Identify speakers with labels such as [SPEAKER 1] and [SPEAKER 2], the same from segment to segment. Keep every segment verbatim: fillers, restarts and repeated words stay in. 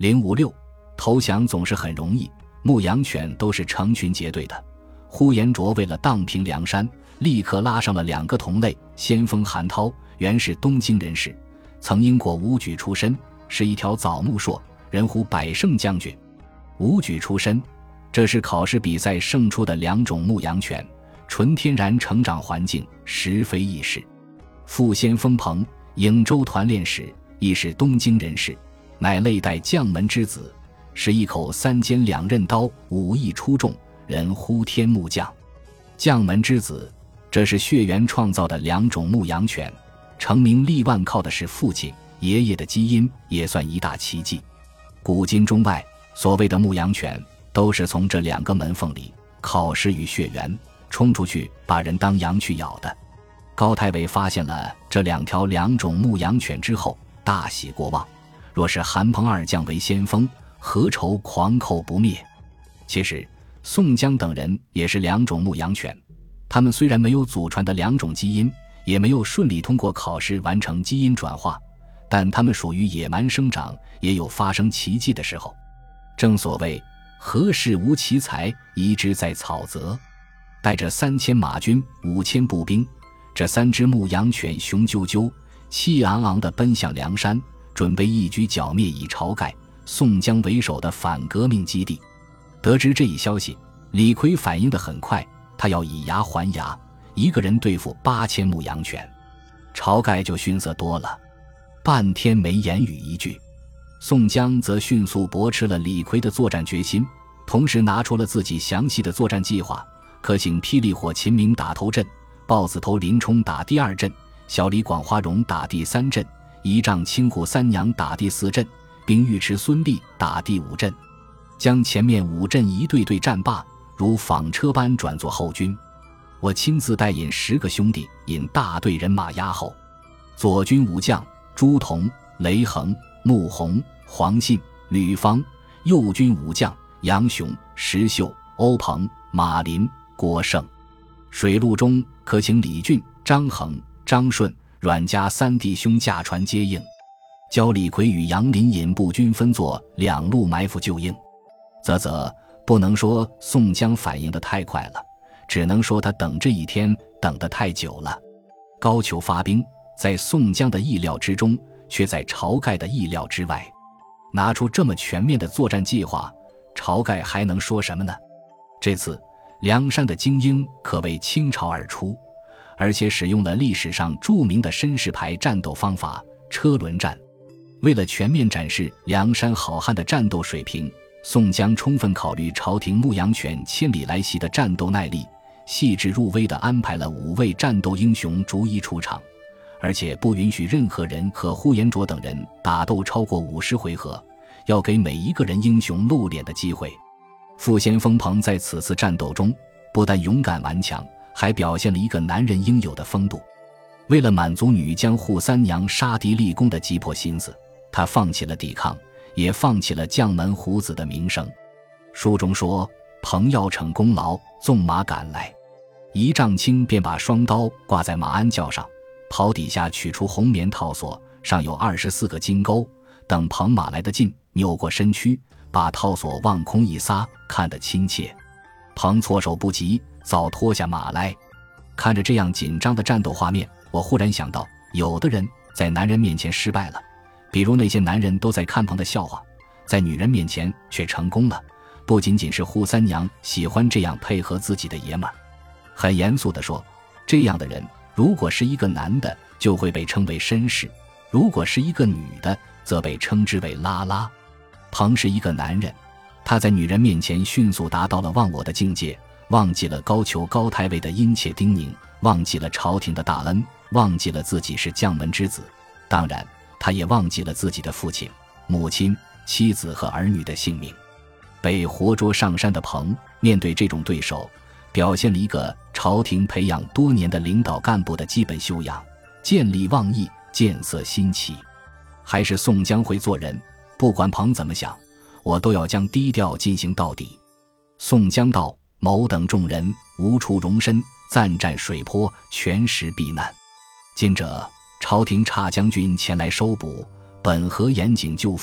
[SPEAKER 1] 零五六投降总是很容易，牧羊犬都是成群结队的。呼延灼为了荡平梁山，立刻拉上了两个同类。先锋韩涛原是东京人士，曾因过武举出身，是一条早木硕，人呼百胜将军。武举出身，这是考试比赛胜出的两种牧羊犬，纯天然成长环境，实非易事。副先锋彭，颍州团练使，亦是东京人士，乃历代将门之子，是一口三尖两刃刀，武艺出众，人呼天牧将。将门之子，这是血缘创造的两种牧羊犬，成名立万靠的是父亲爷爷的基因，也算一大奇迹。古今中外所谓的牧羊犬，都是从这两个门缝里考试与血缘冲出去，把人当羊去咬的。高太尉发现了这两条两种牧羊犬之后，大喜过望，若是韩彭二将为先锋，何愁狂寇不灭。其实宋江等人也是两种牧羊犬，他们虽然没有祖传的两种基因，也没有顺利通过考试完成基因转化，但他们属于野蛮生长，也有发生奇迹的时候。正所谓何事无奇才，遗之在草泽。带着三千马军五千步兵，这三只牧羊犬雄赳赳气昂昂地奔向梁山，准备一举剿灭以晁盖、宋江为首的反革命基地。得知这一消息，李逵反应得很快，他要以牙还牙，一个人对付八千牧羊犬。晁盖就逊色多了，半天没言语一句。宋江则迅速驳斥了李逵的作战决心，同时拿出了自己详细的作战计划，可请霹雳火秦明打头阵，豹子头林冲打第二阵，小李广花荣打第三阵，仪仗青虎三娘打第四阵，并尉迟孙立打第五阵，将前面五阵一队队战罢，如纺车般转作后军。我亲自带引十个兄弟，引大队人马压后。左军武将朱仝、雷横、穆弘、黄信、吕方；右军武将杨雄、石秀、欧鹏、马林、郭盛。水陆中可请李俊、张衡、张顺、阮家三弟兄驾船接应，教李逵与杨林引步军分作两路埋伏救应。啧啧，不能说宋江反应得太快了，只能说他等这一天等得太久了。高俅发兵，在宋江的意料之中，却在晁盖的意料之外。拿出这么全面的作战计划，晁盖还能说什么呢？这次梁山的精英可谓倾巢而出，而且使用了历史上著名的绅士牌战斗方法车轮战。为了全面展示梁山好汉的战斗水平，宋江充分考虑朝廷牧羊犬千里来袭的战斗耐力，细致入微地安排了五位战斗英雄逐一出场，而且不允许任何人和呼延灼等人打斗超过五十回合，要给每一个人英雄露脸的机会。副先锋彭在此次战斗中不但勇敢顽强，还表现了一个男人应有的风度。为了满足女将扈三娘杀敌立功的急迫心思，他放弃了抵抗，也放弃了将门虎子的名声。书中说，彭要逞功劳，纵马赶来，一丈青便把双刀挂在马鞍轿上，袍底下取出红棉套索，上有二十四个金钩，等彭马来得近，扭过身躯，把套索往空一撒，看得亲切。彭措手不及，早脱下马来。看着这样紧张的战斗画面，我忽然想到，有的人在男人面前失败了，比如那些男人都在看彭的笑话，在女人面前却成功了，不仅仅是扈三娘喜欢这样配合自己的爷们儿。很严肃地说，这样的人如果是一个男的，就会被称为绅士；如果是一个女的，则被称之为拉拉。彭是一个男人，他在女人面前迅速达到了忘我的境界，忘记了高俅高太尉的殷切叮咛，忘记了朝廷的大恩，忘记了自己是将门之子，当然他也忘记了自己的父亲、母亲、妻子和儿女的性命。被活捉上山的彭面对这种对手，表现了一个朝廷培养多年的领导干部的基本修养，见利忘义，见色心起。还是宋江会做人，不管彭怎么想，我都要将低调进行到底。宋江道：某等众人无处容身，暂占水泊，全时避难。今者朝廷差将军前来收捕，本河严警救父，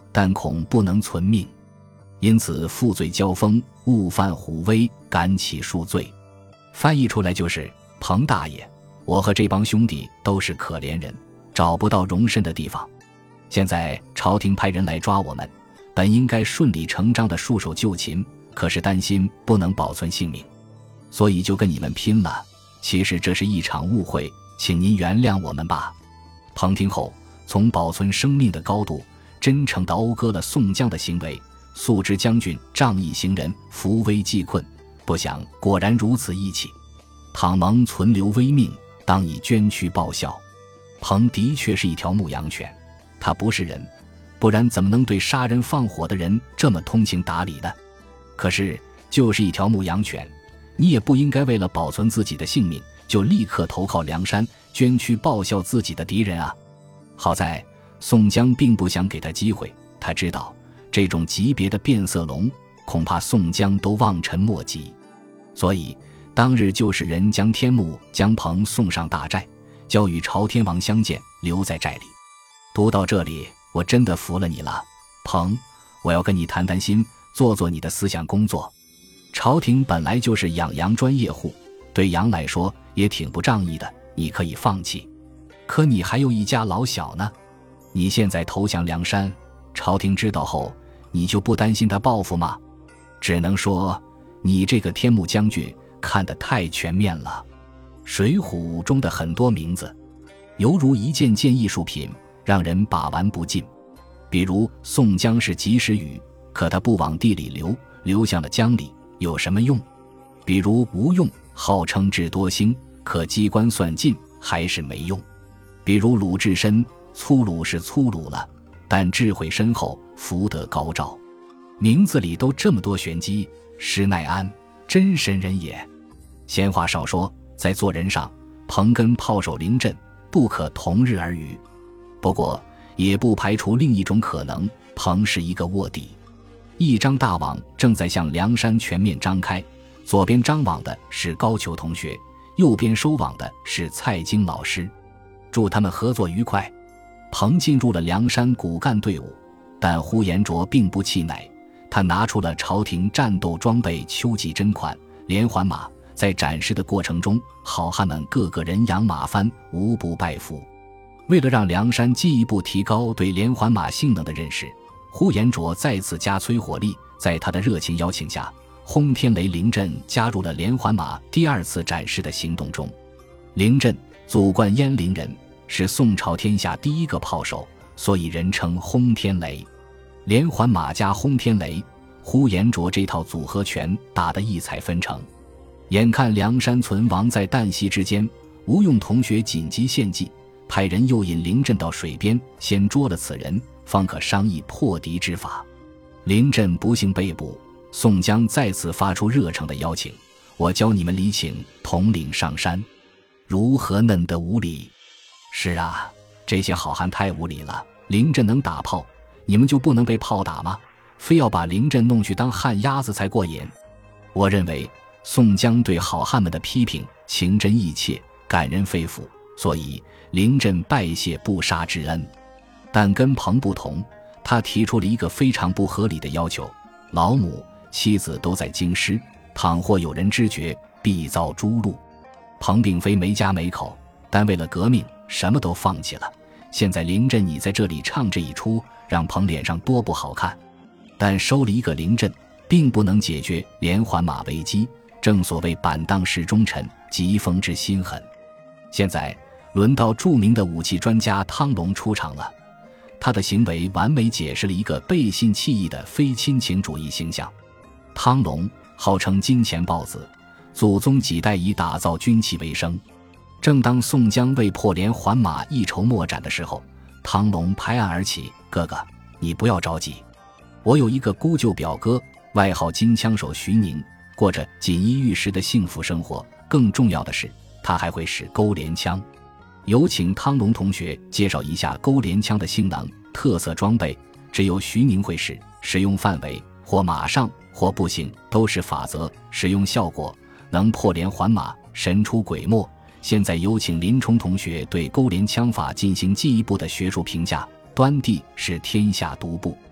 [SPEAKER 1] 但恐不能存命，因此负罪交锋，误犯虎威，敢起数罪。翻译出来就是：彭大爷，我和这帮兄弟都是可怜人，找不到容身的地方。现在朝廷派人来抓我们，本应该顺理成章地束手就擒，可是担心不能保存性命，所以就跟你们拼了。其实这是一场误会，请您原谅我们吧。彭听后，从保存生命的高度，真诚地讴歌了宋江的行为。素知将军仗义行仁，扶危济困，不想果然如此义气。倘蒙存留微命，当以捐躯报效。彭的确是一条牧羊犬，他不是人，不然怎么能对杀人放火的人这么通情达理呢？可是就是一条牧羊犬，你也不应该为了保存自己的性命，就立刻投靠梁山，捐躯报效自己的敌人啊。好在宋江并不想给他机会，他知道这种级别的变色龙恐怕宋江都望尘莫及，所以当日就使人将天目将彭送上大寨，交与朝天王相见，留在寨里。读到这里，我真的服了你了，彭，我要跟你谈谈心，做做你的思想工作。朝廷本来就是养羊专业户，对羊来说也挺不仗义的，你可以放弃。可你还有一家老小呢，你现在投降梁山，朝廷知道后，你就不担心他报复吗？只能说你这个天目将军看得太全面了。水浒中的很多名字犹如一件件艺术品，让人把玩不尽。比如宋江是及时雨，可他不往地里流，流向了江里，有什么用？比如吴用号称智多星，可机关算尽，还是没用。比如鲁智深，粗鲁是粗鲁了，但智慧深厚，福德高照。名字里都这么多玄机，施耐庵真神人也。闲话少说，在做人上，彭跟炮手凌震不可同日而语。不过也不排除另一种可能，彭是一个卧底。一张大网正在向梁山全面张开，左边张网的是高俅同学，右边收网的是蔡京老师。祝他们合作愉快。彭进入了梁山骨干队伍，但呼延灼并不气馁，他拿出了朝廷战斗装备秋季珍款连环马，在展示的过程中，好汉们个个人仰马翻，无不拜服。为了让梁山进一步提高对连环马性能的认识，呼延灼再次加催火力，在他的热情邀请下，轰天雷凌震加入了连环马第二次展示的行动中。凌震祖贯鄢陵人，是宋朝天下第一个炮手，所以人称轰天雷。连环马加轰天雷，呼延灼这套组合拳打得异彩纷呈。眼看梁山存亡在旦夕之间，吴用同学紧急献计，派人诱引凌震到水边，先捉了此人，方可商议破敌之法。凌震不幸被捕，宋江再次发出热诚的邀请，我教你们礼请统领上山，如何嫩得无礼？是啊，这些好汉太无礼了。凌震能打炮，你们就不能被炮打吗？非要把凌震弄去当旱鸭子才过瘾。我认为宋江对好汉们的批评情真意切，感人肺腑，所以凌震拜谢不杀之恩。但跟彭不同，他提出了一个非常不合理的要求，老母妻子都在京师，倘或有人知觉，必遭诛戮。彭并非没家没口，但为了革命什么都放弃了。现在凌震你在这里唱这一出，让彭脸上多不好看。但收了一个凌震，并不能解决连环马危机，正所谓板荡识忠臣，疾风知心狠。现在轮到著名的武器专家汤龙出场了，他的行为完美解释了一个背信弃义的非亲情主义形象。汤龙号称金钱豹子，祖宗几代以打造军器为生。正当宋江为破连环马一筹莫展的时候，汤龙拍案而起，哥哥你不要着急，我有一个姑舅表哥，外号金枪手徐宁，过着锦衣玉食的幸福生活，更重要的是他还会使钩镰枪。有请汤龙同学介绍一下钩镰枪的性能、特色装备。只有徐宁会使，使用范围或马上或步行都是法则，使用效果能破连环马，神出鬼没。现在有请林冲同学对钩镰枪法进行进一步的学术评价，端地是天下独步。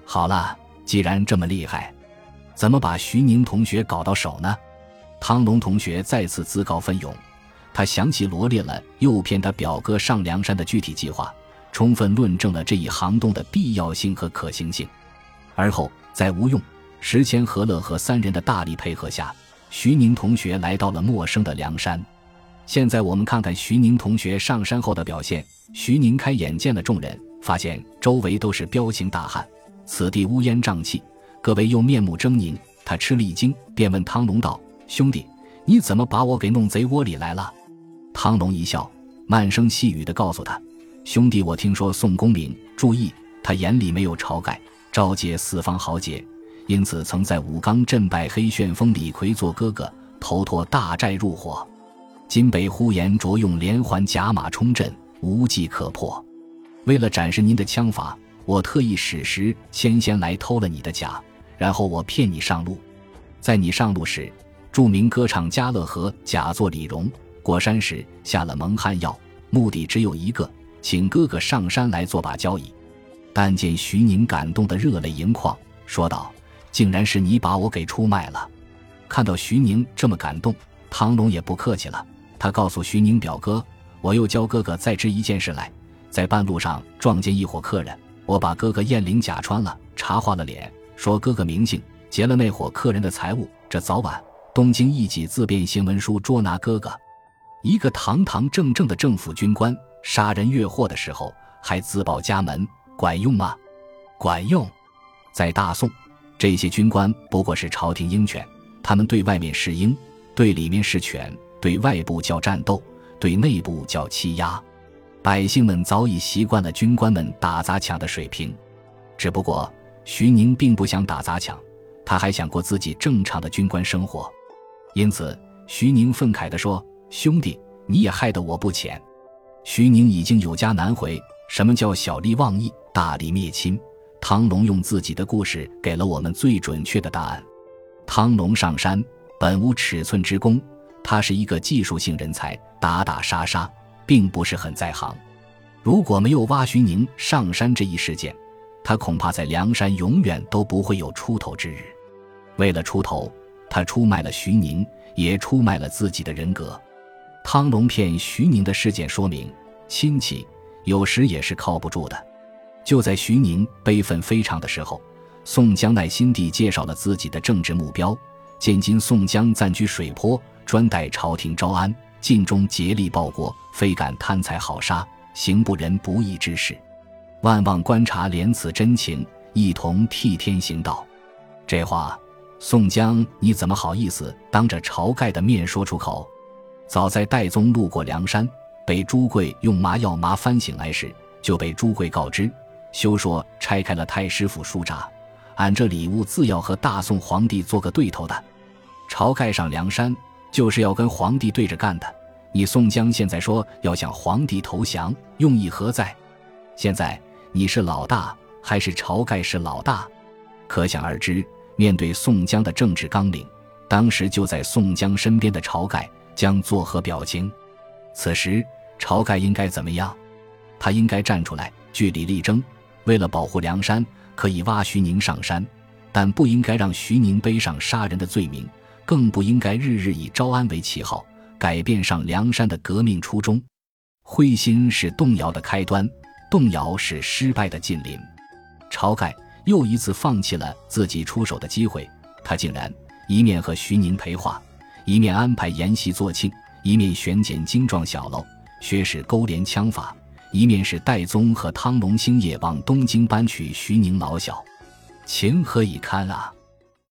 [SPEAKER 1] 好了，既然这么厉害，怎么把徐宁同学搞到手呢？汤龙同学再次自告奋勇，他详细罗列了诱骗他表哥上梁山的具体计划，充分论证了这一行动的必要性和可行性。而后在吴用、石谦、何乐和三人的大力配合下，徐宁同学来到了陌生的梁山。现在我们看看徐宁同学上山后的表现。徐宁开眼见了众人，发现周围都是彪形大汉，此地乌烟瘴气，各位又面目狰狞，他吃了一惊，便问汤龙道：兄弟，你怎么把我给弄贼窝里来了？汤龙一笑，慢声细语地告诉他：兄弟，我听说宋公明，注意，他眼里没有晁盖，召集四方豪杰，因此曾在武冈镇拜黑旋风李逵做哥哥，头托大寨入伙。今北呼延灼用连环甲马冲阵，无计可破。为了展示您的枪法，我特意使时先先来偷了你的甲，然后我骗你上路。在你上路时，著名歌唱家乐和假作李荣，过山时下了蒙汗药，目的只有一个，请哥哥上山来做把交椅。但见徐宁感动得热泪盈眶，说道：竟然是你把我给出卖了。看到徐宁这么感动，汤龙也不客气了，他告诉徐宁表哥：我又教哥哥再知一件事来，在半路上撞见一伙客人，我把哥哥燕翎甲穿了，茶化了脸，说哥哥名姓，劫了那伙客人的财物，这早晚东京一己自便行文书捉拿哥哥。一个堂堂正正的政府军官杀人越货的时候还自报家门，管用吗？管用。在大宋，这些军官不过是朝廷鹰犬，他们对外面是鹰，对里面是犬，对外部叫战斗，对内部叫欺压。百姓们早已习惯了军官们打砸抢的水平。只不过徐宁并不想打砸抢，他还想过自己正常的军官生活。因此徐宁愤慨地说：兄弟，你也害得我不浅。徐宁已经有家难回，什么叫小利忘义，大利灭亲？汤龙用自己的故事给了我们最准确的答案。汤龙上山本无尺寸之功，他是一个技术性人才，打打杀杀并不是很在行。如果没有挖徐宁上山这一事件，他恐怕在梁山永远都不会有出头之日。为了出头，他出卖了徐宁，也出卖了自己的人格。汤龙骗徐宁的事件说明，亲戚有时也是靠不住的。就在徐宁悲愤非常的时候，宋江耐心地介绍了自己的政治目标。现今宋江暂居水泊，专待朝廷招安，尽忠竭力报国，非敢贪财好杀，行不仁不义之事。万望观察怜此真情，一同替天行道。这话宋江你怎么好意思当着晁盖的面说出口？早在戴宗路过梁山，被朱贵用麻药麻翻醒来时，就被朱贵告知，休说拆开了太师府书札，俺这礼物自要和大宋皇帝做个对头的。晁盖上梁山就是要跟皇帝对着干的，你宋江现在说要向皇帝投降，用意何在？现在你是老大还是晁盖是老大？可想而知，面对宋江的政治纲领，当时就在宋江身边的晁盖将作何表情？此时晁盖应该怎么样？他应该站出来据理力争，为了保护梁山，可以挖徐宁上山，但不应该让徐宁背上杀人的罪名，更不应该日日以招安为旗号，改变上梁山的革命初衷。灰心是动摇的开端，动摇是失败的近邻。晁盖又一次放弃了自己出手的机会，他竟然一面和徐宁陪话，一面安排筵席作庆，一面选拣精壮小喽，学使勾连枪法，一面是戴宗和汤龙星夜往东京搬取徐宁老小，情何以堪啊！